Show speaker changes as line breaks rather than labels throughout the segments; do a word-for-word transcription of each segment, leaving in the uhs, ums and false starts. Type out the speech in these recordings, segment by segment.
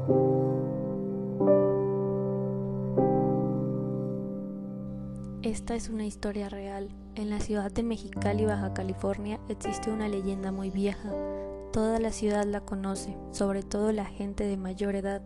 Esta es una historia real. En la ciudad de Mexicali, Baja California, existe una leyenda muy vieja. Toda la ciudad la conoce, sobre todo la gente de mayor edad.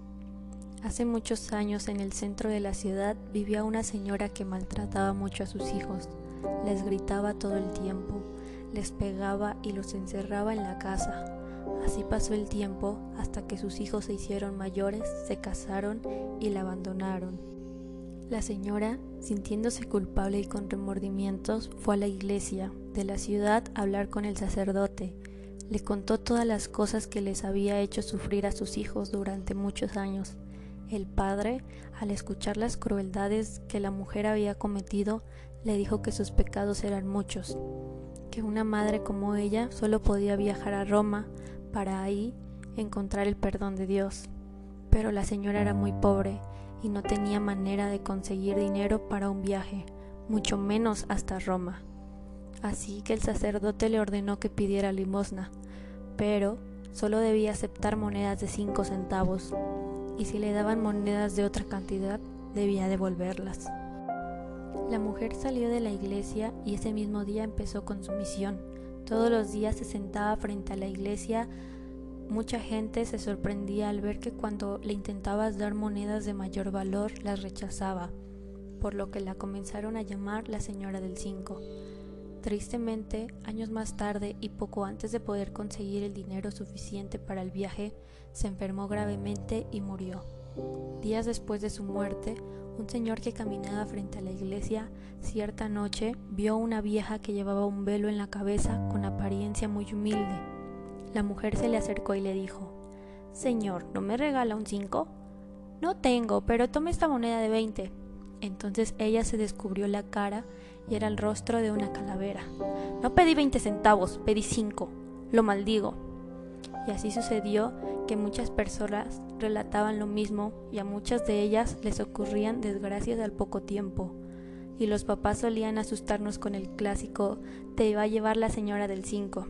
Hace muchos años, en el centro de la ciudad, vivía una señora que maltrataba mucho a sus hijos. Les gritaba todo el tiempo, les pegaba y los encerraba en la casa. Así pasó el tiempo hasta que sus hijos se hicieron mayores, se casaron y la abandonaron. La señora, sintiéndose culpable y con remordimientos, fue a la iglesia de la ciudad a hablar con el sacerdote. Le contó todas las cosas que les había hecho sufrir a sus hijos durante muchos años. El padre, al escuchar las crueldades que la mujer había cometido, le dijo que sus pecados eran muchos, que una madre como ella solo podía viajar a Roma para ahí encontrar el perdón de Dios. Pero la señora era muy pobre y no tenía manera de conseguir dinero para un viaje, mucho menos hasta Roma. Así que el sacerdote le ordenó que pidiera limosna, pero solo debía aceptar monedas de cinco centavos, y si le daban monedas de otra cantidad, debía devolverlas. La mujer salió de la iglesia y ese mismo día empezó con su misión. Todos los días se sentaba frente a la iglesia. Mucha gente se sorprendía al ver que cuando le intentabas dar monedas de mayor valor, las rechazaba, por lo que la comenzaron a llamar la señora del cinco. Tristemente, años más tarde y poco antes de poder conseguir el dinero suficiente para el viaje, se enfermó gravemente y murió. Días después de su muerte, un señor que caminaba frente a la iglesia cierta noche vio a una vieja que llevaba un velo en la cabeza con apariencia muy humilde. La mujer se le acercó y le dijo: «Señor, ¿no me regala un cinco?» «No tengo, pero tome esta moneda de veinte». Entonces ella se descubrió la cara y era el rostro de una calavera. «No pedí veinte centavos, pedí cinco. Lo maldigo». Y así sucedió que muchas personas relataban lo mismo y a muchas de ellas les ocurrían desgracias al poco tiempo. Y los papás solían asustarnos con el clásico: «Te va a llevar la señora del cinco».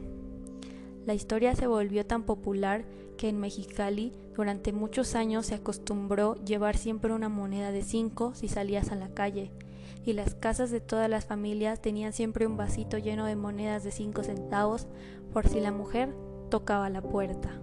La historia se volvió tan popular que en Mexicali durante muchos años se acostumbró llevar siempre una moneda de cinco si salías a la calle, y las casas de todas las familias tenían siempre un vasito lleno de monedas de cinco centavos por si la mujer tocaba la puerta.